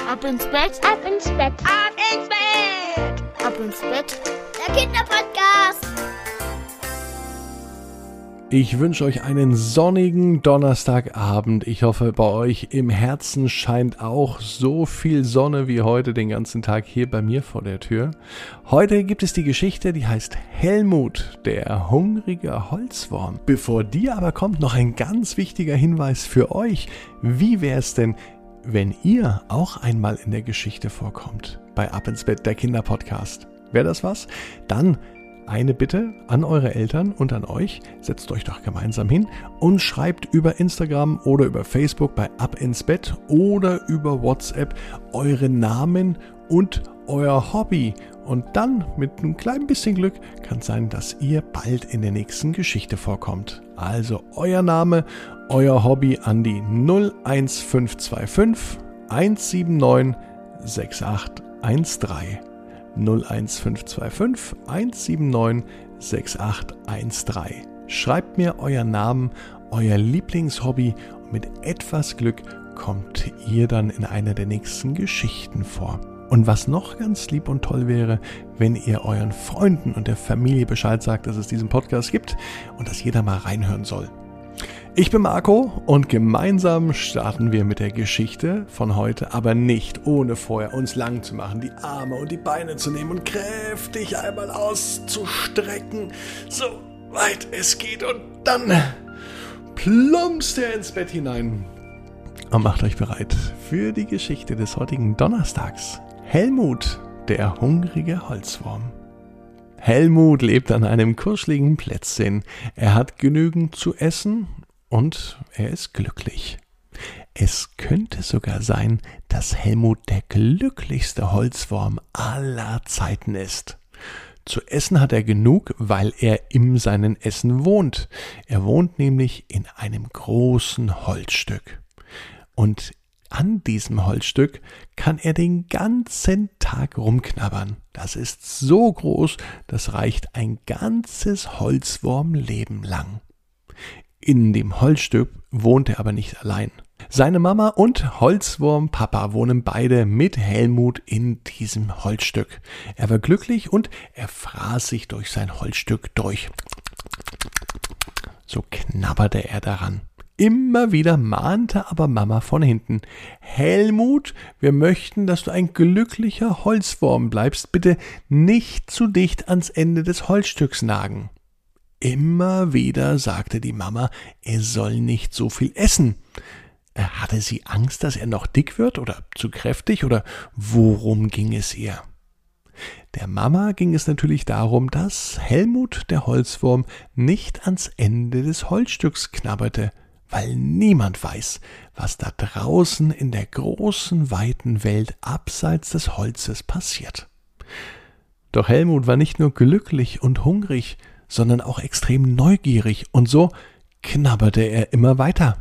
Ab ins Bett, ab ins Bett, ab ins Bett, ab ins Bett. Der Kinderpodcast. Ich wünsche euch einen sonnigen Donnerstagabend. Ich hoffe, bei euch im Herzen scheint auch so viel Sonne wie heute den ganzen Tag hier bei mir vor der Tür. Heute gibt es die Geschichte, die heißt Helmut, der hungrige Holzwurm. Bevor die aber kommt, noch ein ganz wichtiger Hinweis für euch. Wie wäre es denn, wenn ihr auch einmal in der Geschichte vorkommt? Bei Ab ins Bett, der Kinderpodcast. Wäre das was? Dann eine Bitte an eure Eltern und an euch, setzt euch doch gemeinsam hin und schreibt über Instagram oder über Facebook bei Ab ins Bett oder über WhatsApp eure Namen und euer Hobby. Und dann mit einem kleinen bisschen Glück kann es sein, dass ihr bald in der nächsten Geschichte vorkommt. Also euer Name, euer Hobby an die 01525 179 6813. 01525 179 6813. Schreibt mir euren Namen, euer Lieblingshobby und mit etwas Glück kommt ihr dann in einer der nächsten Geschichten vor. Und was noch ganz lieb und toll wäre, wenn ihr euren Freunden und der Familie Bescheid sagt, dass es diesen Podcast gibt und dass jeder mal reinhören soll. Ich bin Marco und gemeinsam starten wir mit der Geschichte von heute, aber nicht ohne vorher uns lang zu machen, die Arme und die Beine zu nehmen und kräftig einmal auszustrecken, so weit es geht, und dann plumpst ihr ins Bett hinein und macht euch bereit für die Geschichte des heutigen Donnerstags. Helmut, der hungrige Holzwurm. Helmut lebt an einem kuscheligen Plätzchen. Er hat genügend zu essen und er ist glücklich. Es könnte sogar sein, dass Helmut der glücklichste Holzwurm aller Zeiten ist. Zu essen hat er genug, weil er in seinem Essen wohnt. Er wohnt nämlich in einem großen Holzstück. Und an diesem Holzstück kann er den ganzen Tag rumknabbern. Das ist so groß, das reicht ein ganzes Holzwurmleben lang. In dem Holzstück wohnt er aber nicht allein. Seine Mama und Holzwurmpapa wohnen beide mit Helmut in diesem Holzstück. Er war glücklich und er fraß sich durch sein Holzstück durch. So knabberte er daran. Immer wieder mahnte aber Mama von hinten: Helmut, wir möchten, dass du ein glücklicher Holzwurm bleibst. Bitte nicht zu dicht ans Ende des Holzstücks nagen. Immer wieder sagte die Mama, er soll nicht so viel essen. Hatte sie Angst, dass er noch dick wird oder zu kräftig, oder worum ging es ihr? Der Mama ging es natürlich darum, dass Helmut, der Holzwurm, nicht ans Ende des Holzstücks knabberte, weil niemand weiß, was da draußen in der großen, weiten Welt abseits des Holzes passiert. Doch Helmut war nicht nur glücklich und hungrig, sondern auch extrem neugierig, und so knabberte er immer weiter.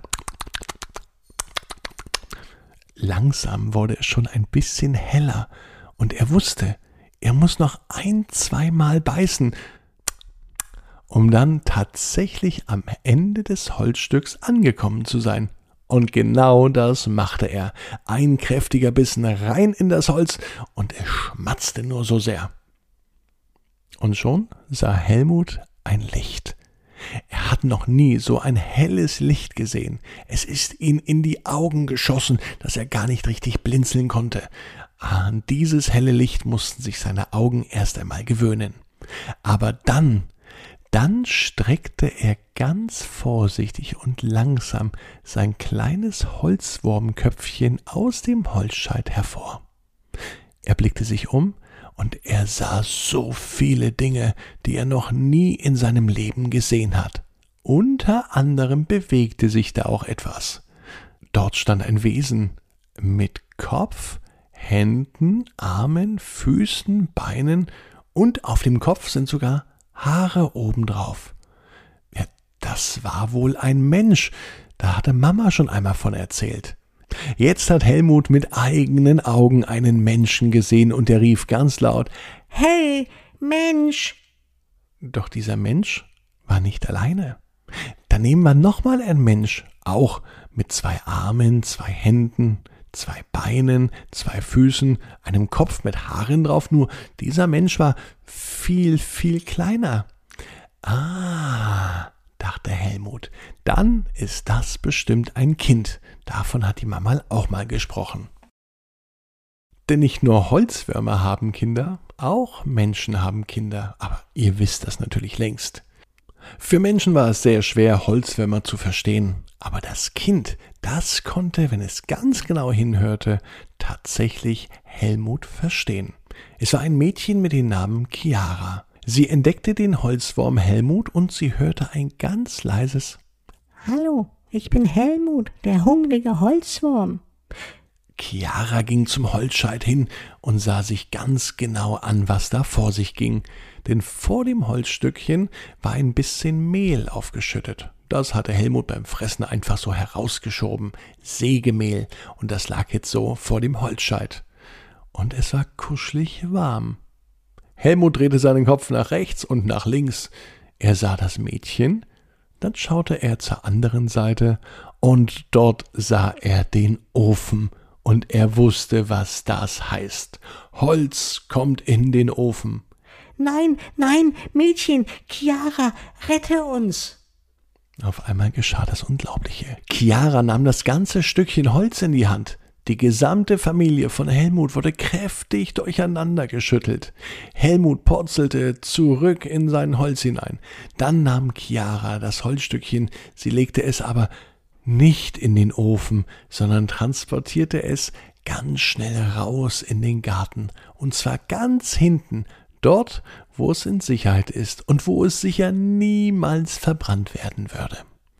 Langsam wurde es schon ein bisschen heller und er wusste, er muss noch 1-2 Mal beißen, um dann tatsächlich am Ende des Holzstücks angekommen zu sein. Und genau das machte er. Ein kräftiger Bissen rein in das Holz und es schmatzte nur so sehr. Und schon sah Helmut ein Licht. Er hat noch nie so ein helles Licht gesehen. Es ist ihm in die Augen geschossen, dass er gar nicht richtig blinzeln konnte. An dieses helle Licht mussten sich seine Augen erst einmal gewöhnen. Aber dann streckte er ganz vorsichtig und langsam sein kleines Holzwurmköpfchen aus dem Holzscheit hervor. Er blickte sich um und er sah so viele Dinge, die er noch nie in seinem Leben gesehen hat. Unter anderem bewegte sich da auch etwas. Dort stand ein Wesen mit Kopf, Händen, Armen, Füßen, Beinen, und auf dem Kopf sind sogar Haare obendrauf. Ja, das war wohl ein Mensch. Da hatte Mama schon einmal von erzählt. Jetzt hat Helmut mit eigenen Augen einen Menschen gesehen und er rief ganz laut: Hey, Mensch! Doch dieser Mensch war nicht alleine. Daneben war nochmal ein Mensch, auch mit 2 Armen, 2 Händen, 2 Beinen, 2 Füßen, einem Kopf mit Haaren drauf, nur dieser Mensch war viel, viel kleiner. Ah, dachte Helmut, dann ist das bestimmt ein Kind. Davon hat die Mama auch mal gesprochen. Denn nicht nur Holzwürmer haben Kinder, auch Menschen haben Kinder. Aber ihr wisst das natürlich längst. Für Menschen war es sehr schwer, Holzwürmer zu verstehen. Aber das Kind, das konnte, wenn es ganz genau hinhörte, tatsächlich Helmut verstehen. Es war ein Mädchen mit dem Namen Chiara. Sie entdeckte den Holzwurm Helmut und sie hörte ein ganz leises Hallo, ich bin Helmut, der hungrige Holzwurm. Chiara ging zum Holzscheit hin und sah sich ganz genau an, was da vor sich ging. Denn vor dem Holzstückchen war ein bisschen Mehl aufgeschüttet. Das hatte Helmut beim Fressen einfach so herausgeschoben. Sägemehl. Und das lag jetzt so vor dem Holzscheit. Und es war kuschelig warm. Helmut drehte seinen Kopf nach rechts und nach links. Er sah das Mädchen, dann schaute er zur anderen Seite und dort sah er den Ofen. Und er wusste, was das heißt. Holz kommt in den Ofen. Nein, nein, Mädchen, Chiara, rette uns. Auf einmal geschah das Unglaubliche. Chiara nahm das ganze Stückchen Holz in die Hand. Die gesamte Familie von Helmut wurde kräftig durcheinander geschüttelt. Helmut purzelte zurück in sein Holz hinein. Dann nahm Chiara das Holzstückchen, sie legte es aber nicht in den Ofen, sondern transportierte es ganz schnell raus in den Garten. Und zwar ganz hinten, dort, wo es in Sicherheit ist und wo es sicher niemals verbrannt werden würde.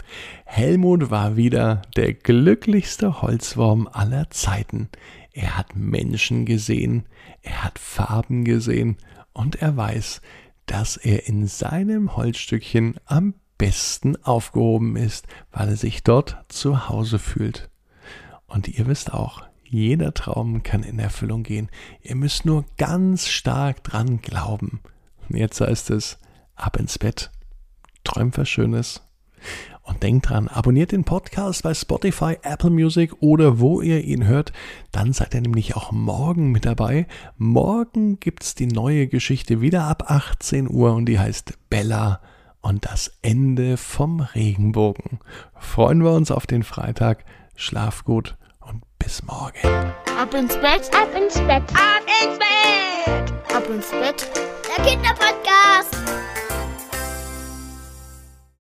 Helmut war wieder der glücklichste Holzwurm aller Zeiten. Er hat Menschen gesehen, er hat Farben gesehen und er weiß, dass er in seinem Holzstückchen am besten aufgehoben ist, weil er sich dort zu Hause fühlt. Und ihr wisst auch, jeder Traum kann in Erfüllung gehen. Ihr müsst nur ganz stark dran glauben. Jetzt heißt es, ab ins Bett, träumt was Schönes. Und denkt dran, abonniert den Podcast bei Spotify, Apple Music oder wo ihr ihn hört. Dann seid ihr nämlich auch morgen mit dabei. Morgen gibt's die neue Geschichte wieder ab 18 Uhr und die heißt Bella und das Ende vom Regenbogen. Freuen wir uns auf den Freitag. Schlaf gut und bis morgen. Ab ins Bett, Ab ins Bett, ab ins Bett, ab ins Bett. der Kinderpodcast.